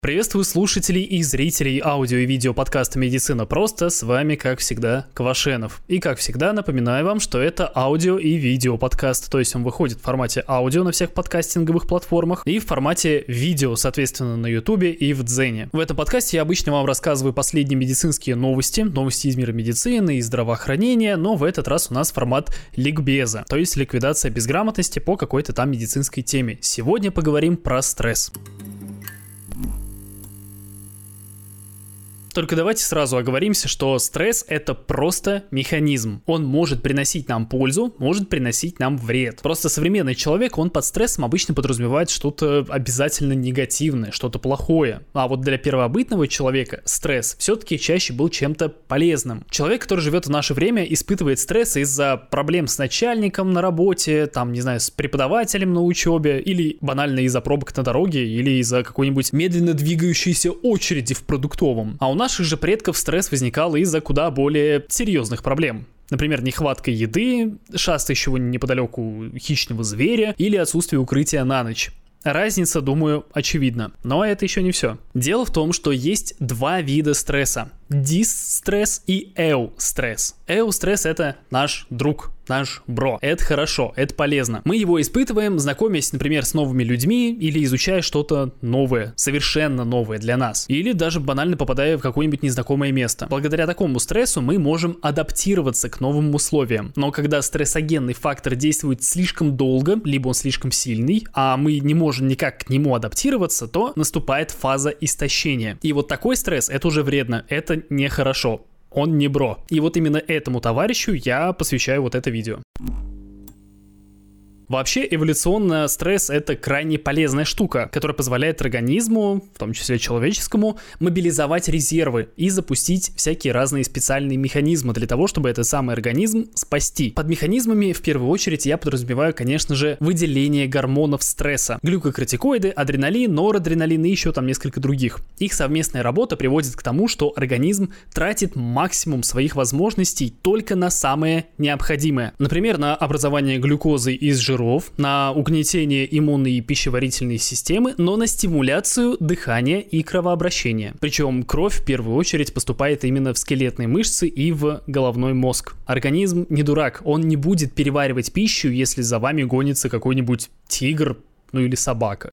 Приветствую слушателей и зрителей аудио и видео подкаста «Медицина просто». С вами, как всегда, Квашенов. И, как всегда, напоминаю вам, что это аудио и видео подкаст. То есть он выходит в формате аудио на всех подкастинговых платформах и в формате видео, соответственно, на Ютубе и в Дзене. В этом подкасте я обычно вам рассказываю последние медицинские новости из мира медицины и здравоохранения, но в этот раз у нас формат ликбеза, то есть ликвидация безграмотности по какой-то там медицинской теме. Сегодня поговорим про стресс. Только давайте сразу оговоримся, что стресс – это просто механизм. Он может приносить нам пользу, может приносить нам вред. Просто современный человек, он под стрессом обычно подразумевает что-то обязательно негативное, что-то плохое. А вот для первобытного человека стресс все-таки чаще был чем-то полезным. Человек, который живет в наше время, испытывает стресс из-за проблем с начальником на работе, с преподавателем на учебе, или банально из-за пробок на дороге, или из-за какой-нибудь медленно двигающейся очереди в продуктовом. А у наших же предков стресс возникал из-за куда более серьезных проблем. Например, нехватка еды, шастающего неподалеку хищного зверя или отсутствие укрытия на ночь. Разница, думаю, очевидна. Но это еще не все. Дело в том, что есть два вида стресса. Дис-стресс и эу-стресс. Эу-стресс — это наш друг, наш бро. Это хорошо, это полезно. Мы его испытываем, знакомясь, например, с новыми людьми или изучая что-то новое, совершенно новое для нас. Или даже банально попадая в какое-нибудь незнакомое место. Благодаря такому стрессу мы можем адаптироваться к новым условиям. Но когда стрессогенный фактор действует слишком долго, либо он слишком сильный, а мы не можем никак к нему адаптироваться, то наступает фаза истощения. И вот такой стресс — это уже вредно, это нехорошо. Он не бро. И вот именно этому товарищу я посвящаю вот это видео. Вообще, эволюционно стресс — это крайне полезная штука, которая позволяет организму, в том числе человеческому, мобилизовать резервы и запустить всякие разные специальные механизмы для того, чтобы этот самый организм спасти. Под механизмами, в первую очередь, я подразумеваю, конечно же, выделение гормонов стресса. Глюкокортикоиды, адреналин, норадреналин и еще там несколько других. Их совместная работа приводит к тому, что организм тратит максимум своих возможностей только на самое необходимое. Например, на образование глюкозы из жиров, на угнетение иммунной и пищеварительной системы, но на стимуляцию дыхания и кровообращения. Причем кровь в первую очередь поступает именно в скелетные мышцы и в головной мозг. Организм не дурак, он не будет переваривать пищу, если за вами гонится какой-нибудь тигр, или собака.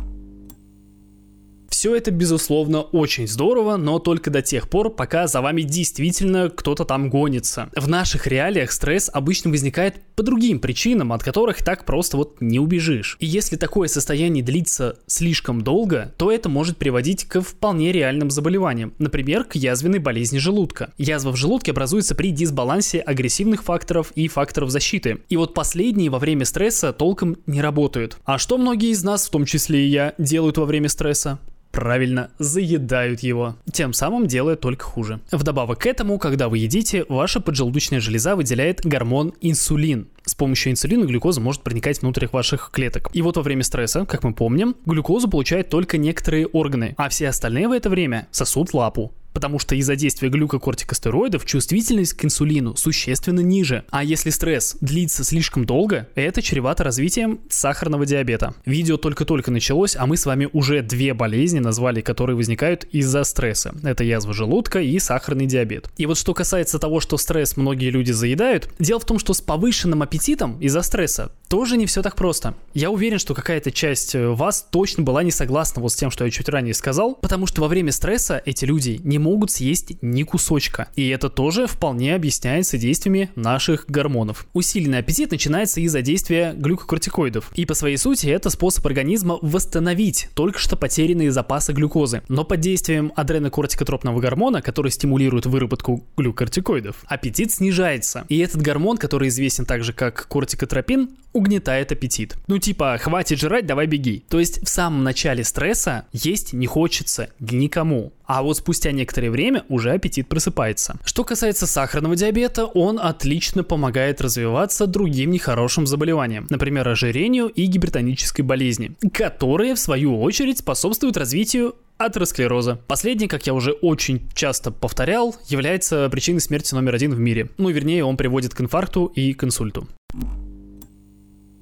Все это, безусловно, очень здорово, но только до тех пор, пока за вами действительно кто-то там гонится. В наших реалиях стресс обычно возникает по другим причинам, от которых так просто не убежишь. И если такое состояние длится слишком долго, то это может приводить к вполне реальным заболеваниям. Например, к язвенной болезни желудка. Язва в желудке образуется при дисбалансе агрессивных факторов и факторов защиты. И вот последние во время стресса толком не работают. А что многие из нас, в том числе и я, делают во время стресса? Правильно, заедают его, тем самым делая только хуже. Вдобавок к этому, когда вы едите, ваша поджелудочная железа выделяет гормон инсулин. С помощью инсулина глюкоза может проникать внутрь ваших клеток. И вот во время стресса, как мы помним, глюкозу получают только некоторые органы, а все остальные в это время сосут лапу. Потому что из-за действия глюкокортикостероидов чувствительность к инсулину существенно ниже. А если стресс длится слишком долго, это чревато развитием сахарного диабета. Видео только-только началось, а мы с вами уже две болезни назвали, которые возникают из-за стресса. Это язва желудка и сахарный диабет. И вот что касается того, что стресс многие люди заедают, дело в том, что с повышенным аппетитом из-за стресса тоже не все так просто. Я уверен, что какая-то часть вас точно была не согласна с тем, что я чуть ранее сказал, потому что во время стресса эти люди не могут съесть ни кусочка. И это тоже вполне объясняется действиями наших гормонов. Усиленный аппетит начинается из-за действия глюкокортикоидов. И по своей сути это способ организма восстановить только что потерянные запасы глюкозы. Но под действием адренокортикотропного гормона, который стимулирует выработку глюкокортикоидов, аппетит снижается. И этот гормон, который известен также как кортикотропин, угнетает аппетит. Хватит жрать, давай беги. То есть в самом начале стресса есть не хочется никому. А вот спустя некоторое время уже аппетит просыпается. Что касается сахарного диабета, он отлично помогает развиваться другим нехорошим заболеваниям, например, ожирению и гипертонической болезни, которые, в свою очередь, способствуют развитию атеросклероза. Последний, как я уже очень часто повторял, является причиной смерти номер 1 в мире. Он приводит к инфаркту и к инсульту.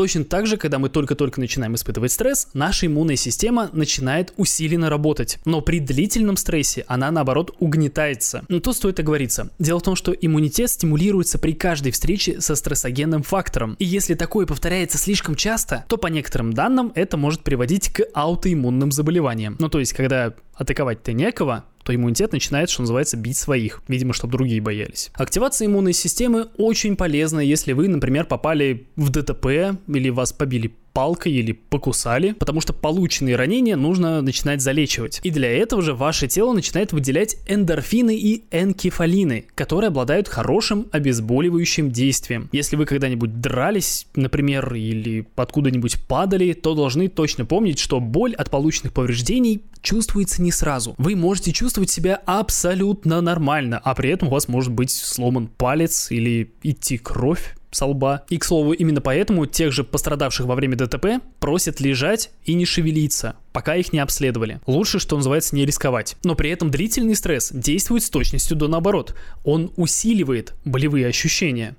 Точно так же, когда мы только-только начинаем испытывать стресс, наша иммунная система начинает усиленно работать. Но при длительном стрессе она, наоборот, угнетается. Но тут стоит оговориться. Дело в том, что иммунитет стимулируется при каждой встрече со стрессогенным фактором. И если такое повторяется слишком часто, то по некоторым данным это может приводить к аутоиммунным заболеваниям. Ну, то есть, когда атаковать-то некого, то иммунитет начинает, что называется, бить своих. Видимо, чтобы другие боялись. Активация иммунной системы очень полезна, если вы, например, попали в ДТП или вас побили палкой или покусали, потому что полученные ранения нужно начинать залечивать. И для этого же ваше тело начинает выделять эндорфины и энкефалины, которые обладают хорошим обезболивающим действием. Если вы когда-нибудь дрались, например, или откуда-нибудь падали, то должны точно помнить, что боль от полученных повреждений чувствуется не сразу. Вы можете чувствовать себя абсолютно нормально, а при этом у вас может быть сломан палец или идти кровь со лба. И, к слову, именно поэтому тех же пострадавших во время ДТП просят лежать и не шевелиться, пока их не обследовали. Лучше, что называется, не рисковать. Но при этом длительный стресс действует с точностью до наоборот. Он усиливает болевые ощущения.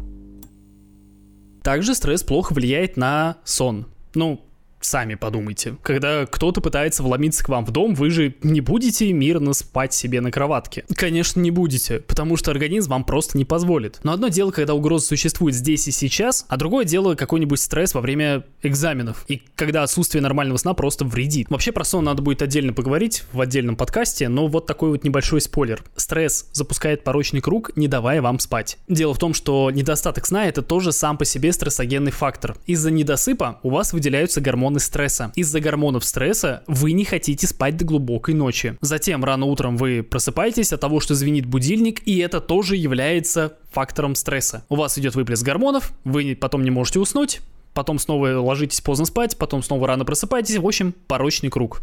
Также стресс плохо влияет на сон. Сами подумайте. Когда кто-то пытается вломиться к вам в дом, вы же не будете мирно спать себе на кроватке. Конечно, не будете, потому что организм вам просто не позволит. Но одно дело, когда угроза существует здесь и сейчас, а другое дело какой-нибудь стресс во время экзаменов. И когда отсутствие нормального сна просто вредит. Вообще про сон надо будет отдельно поговорить в отдельном подкасте, но вот такой вот небольшой спойлер. Стресс запускает порочный круг, не давая вам спать. Дело в том, что недостаток сна — это тоже сам по себе стрессогенный фактор. Из-за недосыпа у вас выделяются гормоны стресса. Из-за гормонов стресса вы не хотите спать до глубокой ночи. Затем рано утром вы просыпаетесь от того, что звенит будильник, и это тоже является фактором стресса. У вас идет выплеск гормонов, вы потом не можете уснуть, потом снова ложитесь поздно спать, потом снова рано просыпаетесь. В общем, порочный круг.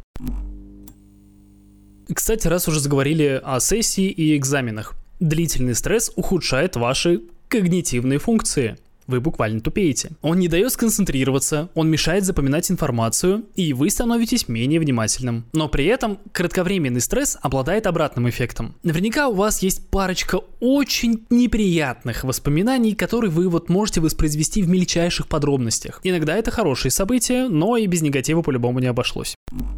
Кстати, раз уже заговорили о сессии и экзаменах. Длительный стресс ухудшает ваши когнитивные функции. Вы буквально тупеете. Он не дает сконцентрироваться, он мешает запоминать информацию, и вы становитесь менее внимательным. Но при этом кратковременный стресс обладает обратным эффектом. Наверняка у вас есть парочка очень неприятных воспоминаний, которые вы можете воспроизвести в мельчайших подробностях. Иногда это хорошие события, но и без негатива по-любому не обошлось.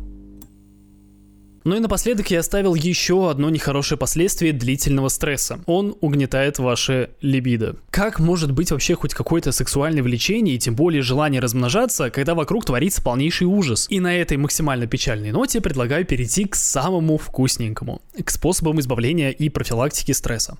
Ну и напоследок я оставил еще одно нехорошее последствие длительного стресса. Он угнетает ваше либидо. Как может быть вообще хоть какое-то сексуальное влечение и тем более желание размножаться, когда вокруг творится полнейший ужас? И на этой максимально печальной ноте предлагаю перейти к самому вкусненькому, к способам избавления и профилактики стресса.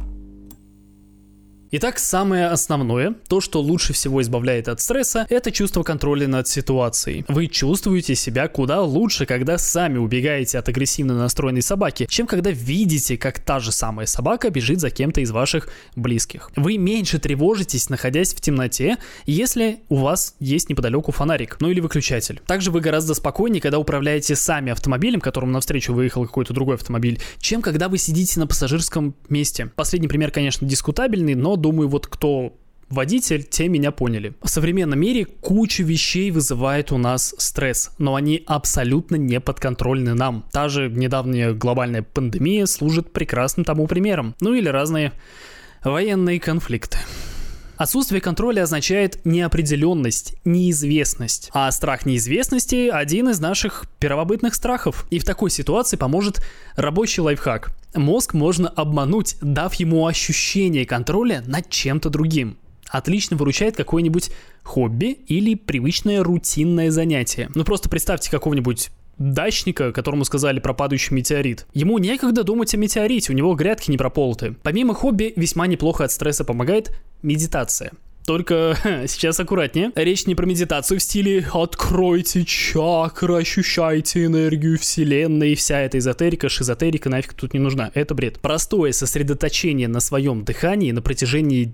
Итак, самое основное, то, что лучше всего избавляет от стресса, это чувство контроля над ситуацией. Вы чувствуете себя куда лучше, когда сами убегаете от агрессивно настроенной собаки, чем когда видите, как та же самая собака бежит за кем-то из ваших близких. Вы меньше тревожитесь, находясь в темноте, если у вас есть неподалеку фонарик, или выключатель. Также вы гораздо спокойнее, когда управляете сами автомобилем, которому навстречу выехал какой-то другой автомобиль, чем когда вы сидите на пассажирском месте. Последний пример, конечно, дискутабельный, но думаю, кто водитель, те меня поняли. В современном мире куча вещей вызывает у нас стресс, но они абсолютно не подконтрольны нам. Та же недавняя глобальная пандемия служит прекрасным тому примером. Или разные военные конфликты. Отсутствие контроля означает неопределенность, неизвестность. А страх неизвестности – один из наших первобытных страхов. И в такой ситуации поможет рабочий лайфхак. Мозг можно обмануть, дав ему ощущение контроля над чем-то другим. Отлично выручает какое-нибудь хобби или привычное рутинное занятие. Просто представьте какого-нибудь дачника, которому сказали про падающий метеорит. Ему некогда думать о метеорите, у него грядки не прополоты. Помимо хобби, весьма неплохо от стресса помогает медитация. Только сейчас аккуратнее. Речь не про медитацию в стиле «откройте чакры, ощущайте энергию вселенной», и вся эта эзотерика, шизотерика нафиг тут не нужна. Это бред. Простое сосредоточение на своем дыхании на протяжении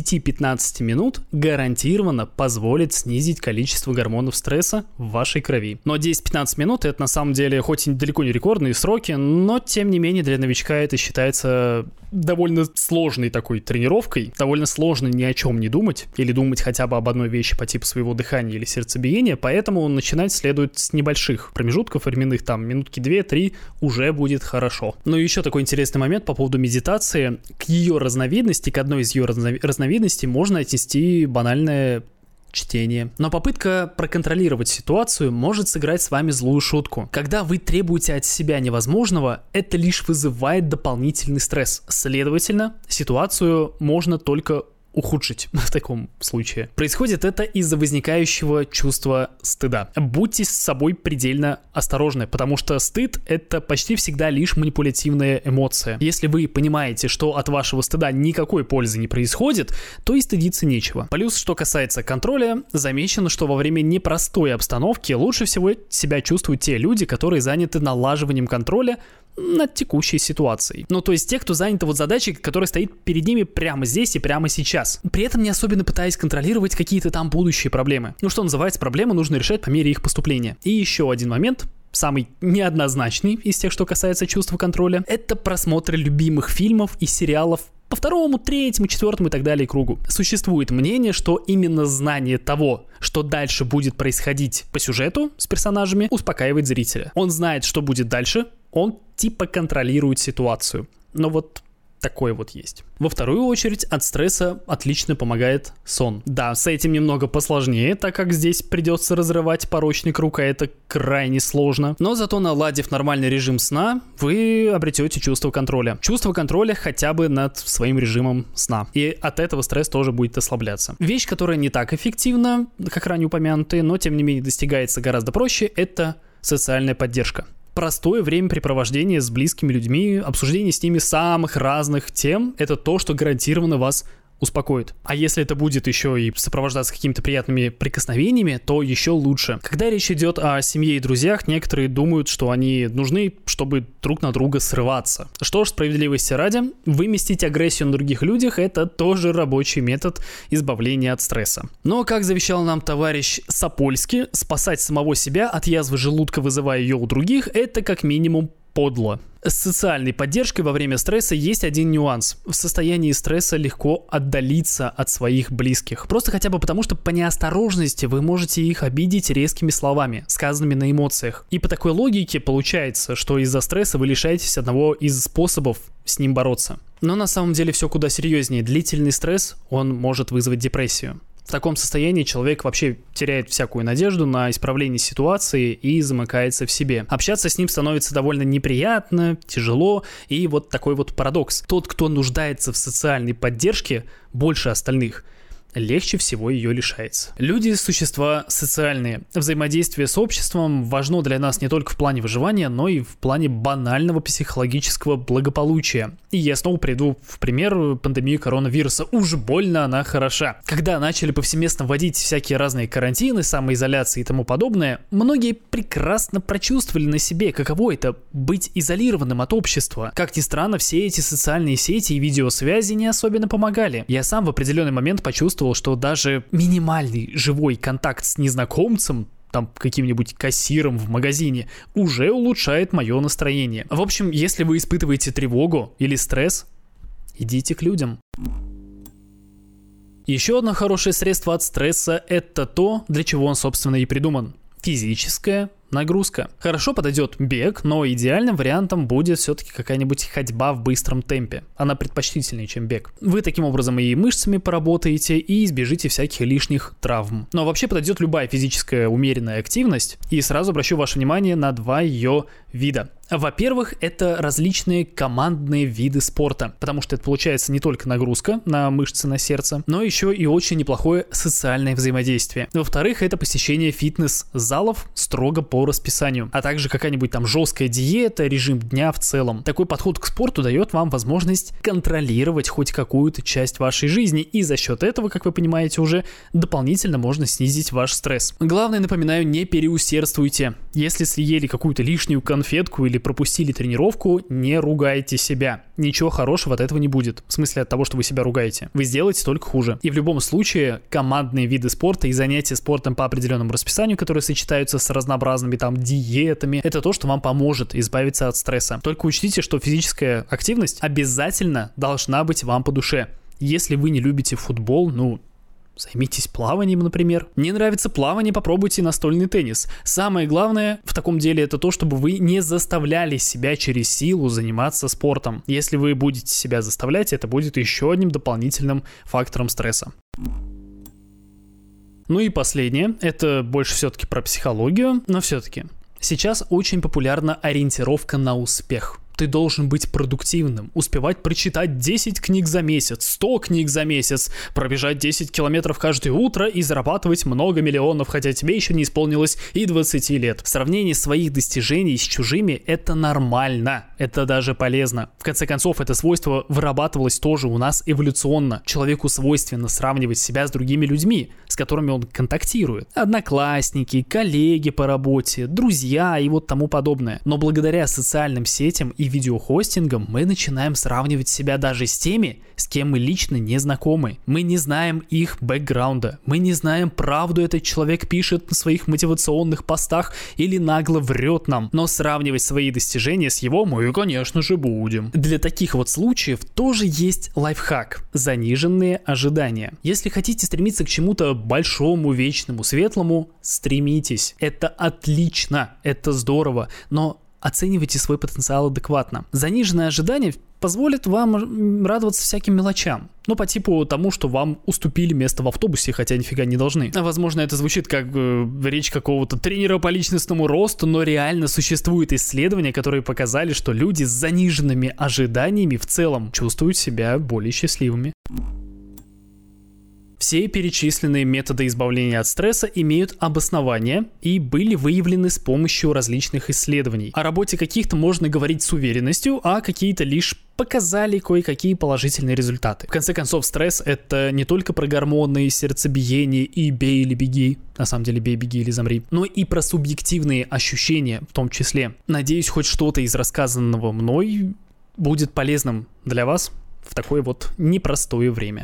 10-15 минут гарантированно позволит снизить количество гормонов стресса в вашей крови. Но 10-15 минут — это на самом деле хоть и далеко не рекордные сроки, но тем не менее для новичка это считается довольно сложной такой тренировкой. Довольно сложно ни о чем не думать или думать хотя бы об одной вещи по типу своего дыхания или сердцебиения, поэтому начинать следует с небольших промежутков временных, минутки 2-3 уже будет хорошо. Но еще такой интересный момент по поводу медитации. К ее разновидности, к одной из ее разновидностей можно отнести банальное чтение. Но попытка проконтролировать ситуацию может сыграть с вами злую шутку. Когда вы требуете от себя невозможного, это лишь вызывает дополнительный стресс. Следовательно, ситуацию можно только ухудшить в таком случае. Происходит это из-за возникающего чувства стыда. Будьте с собой предельно осторожны, потому что стыд — это почти всегда лишь манипулятивная эмоция. Если вы понимаете, что от вашего стыда никакой пользы не происходит, то и стыдиться нечего. Плюс, что касается контроля, замечено, что во время непростой обстановки лучше всего себя чувствуют те люди, которые заняты налаживанием контроля над текущей ситуацией. Ну, то есть те, кто заняты вот задачей, которая стоит перед ними прямо здесь и прямо сейчас. При этом не особенно пытаясь контролировать какие-то там будущие проблемы. Ну, что называется, проблемы нужно решать по мере их поступления. И еще один момент, самый неоднозначный из тех, что касается чувства контроля, это просмотр любимых фильмов и сериалов по второму, третьему, четвертому и так далее кругу. Существует мнение, что именно знание того, что дальше будет происходить по сюжету с персонажами, успокаивает зрителя. Он знает, что будет дальше, он типа контролирует ситуацию. Но вот такое вот есть. Во вторую очередь, от стресса отлично помогает сон. Да, с этим немного посложнее, так как здесь придется разрывать порочный круг, а это крайне сложно. Но зато, наладив нормальный режим сна, вы обретете чувство контроля. Чувство контроля хотя бы над своим режимом сна. И от этого стресс тоже будет ослабляться. Вещь, которая не так эффективна, как ранее упомянутые, но тем не менее достигается гораздо проще, это социальная поддержка. Простое времяпрепровождение с близкими людьми, обсуждение с ними самых разных тем — это то, что гарантированно вас успокоит. А если это будет еще и сопровождаться какими-то приятными прикосновениями, то еще лучше. Когда речь идет о семье и друзьях, некоторые думают, что они нужны, чтобы друг на друга срываться. Что ж, справедливости ради, выместить агрессию на других людях — это тоже рабочий метод избавления от стресса. Но, как завещал нам товарищ Сапольский, спасать самого себя от язвы желудка, вызывая ее у других, это как минимум подло. С социальной поддержкой во время стресса есть один нюанс. В состоянии стресса легко отдалиться от своих близких. Просто хотя бы потому, что по неосторожности вы можете их обидеть резкими словами, сказанными на эмоциях. И по такой логике получается, что из-за стресса вы лишаетесь одного из способов с ним бороться. Но на самом деле все куда серьезнее. Длительный стресс, он может вызвать депрессию. В таком состоянии человек вообще теряет всякую надежду на исправление ситуации и замыкается в себе. Общаться с ним становится довольно неприятно, тяжело, и вот такой вот парадокс. Тот, кто нуждается в социальной поддержке больше остальных, легче всего ее лишается. Люди – существа социальные. Взаимодействие с обществом важно для нас не только в плане выживания, но и в плане банального психологического благополучия. И я снова приведу в пример пандемию коронавируса. Уж больно она хороша. Когда начали повсеместно вводить всякие разные карантины, самоизоляции и тому подобное, многие прекрасно прочувствовали на себе, каково это – быть изолированным от общества. Как ни странно, все эти социальные сети и видеосвязи не особенно помогали. Я сам в определенный момент почувствовал, что даже минимальный живой контакт с незнакомцем, там каким-нибудь кассиром в магазине, уже улучшает мое настроение. В общем, если вы испытываете тревогу или стресс, идите к людям. Еще одно хорошее средство от стресса – это то, для чего он, собственно, и придуман. Физическая нагрузка. Хорошо подойдет бег, но идеальным вариантом будет все-таки какая-нибудь ходьба в быстром темпе. Она предпочтительнее, чем бег. Вы таким образом и мышцами поработаете, и избежите всяких лишних травм. Но вообще подойдет любая физическая умеренная активность, и сразу обращу ваше внимание на два ее вида. Во-первых, это различные командные виды спорта, потому что это получается не только нагрузка на мышцы, на сердце, но еще и очень неплохое социальное взаимодействие. Во-вторых, это посещение фитнес-залов строго по расписанию, а также какая-нибудь там жесткая диета, режим дня в целом. Такой подход к спорту дает вам возможность контролировать хоть какую-то часть вашей жизни, и за счет этого, как вы понимаете уже, дополнительно можно снизить ваш стресс. Главное, напоминаю, не переусердствуйте. Если съели какую-то лишнюю конфетку или пропустили тренировку, не ругайте себя. Ничего хорошего от этого не будет. В смысле от того, что вы себя ругаете. Вы сделаете только хуже. И в любом случае, командные виды спорта и занятия спортом по определенному расписанию, которые сочетаются с разнообразными там диетами, это то, что вам поможет избавиться от стресса. Только учтите, что физическая активность обязательно должна быть вам по душе. Если вы не любите футбол, займитесь плаванием, например. Не нравится плавание, попробуйте настольный теннис. Самое главное в таком деле это то, чтобы вы не заставляли себя через силу заниматься спортом. Если вы будете себя заставлять, это будет еще одним дополнительным фактором стресса. Ну и последнее, это больше все-таки про психологию, но все-таки. Сейчас очень популярна ориентировка на успех. Ты должен быть продуктивным, успевать прочитать 10 книг за месяц, 100 книг за месяц, пробежать 10 километров каждое утро и зарабатывать много миллионов, хотя тебе еще не исполнилось и 20 лет. Сравнение своих достижений с чужими – это нормально, это даже полезно. В конце концов, это свойство вырабатывалось тоже у нас эволюционно. Человеку свойственно сравнивать себя с другими людьми, с которыми он контактирует. Одноклассники, коллеги по работе, друзья и вот тому подобное. Но благодаря социальным сетям и видеохостингом мы начинаем сравнивать себя даже с теми, с кем мы лично не знакомы. Мы не знаем их бэкграунда, мы не знаем, правду этот человек пишет на своих мотивационных постах или нагло врет нам, но сравнивать свои достижения с его мы, конечно же, будем. Для таких вот случаев тоже есть лайфхак – заниженные ожидания. Если хотите стремиться к чему-то большому, вечному, светлому, стремитесь. Это отлично, это здорово, но оценивайте свой потенциал адекватно. Заниженные ожидания позволят вам радоваться всяким мелочам. Ну, по типу тому, что вам уступили место в автобусе, хотя нифига не должны. Возможно, это звучит как речь какого-то тренера по личностному росту, но реально существуют исследования, которые показали, что люди с заниженными ожиданиями в целом чувствуют себя более счастливыми. Все перечисленные методы избавления от стресса имеют обоснование и были выявлены с помощью различных исследований. О работе каких-то можно говорить с уверенностью, а какие-то лишь показали кое-какие положительные результаты. В конце концов, стресс — это не только про гормоны, сердцебиение и бей или беги, на самом деле бей, беги или замри, но и про субъективные ощущения в том числе. Надеюсь, хоть что-то из рассказанного мной будет полезным для вас в такое вот непростое время.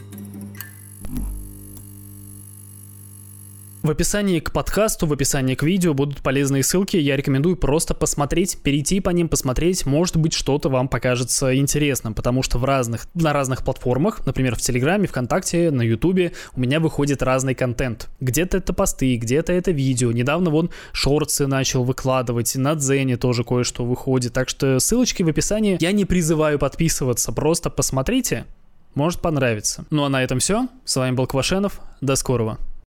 В описании к подкасту, в описании к видео будут полезные ссылки, я рекомендую просто посмотреть, перейти по ним, посмотреть, может быть, что-то вам покажется интересным, потому что на разных платформах, например, в Телеграме, ВКонтакте, на Ютубе у меня выходит разный контент. Где-то это посты, где-то это видео, недавно вон шортсы начал выкладывать, на Дзене тоже кое-что выходит, так что ссылочки в описании. Я не призываю подписываться, просто посмотрите, может понравится. Ну а на этом все, с вами был Квашенов, до скорого.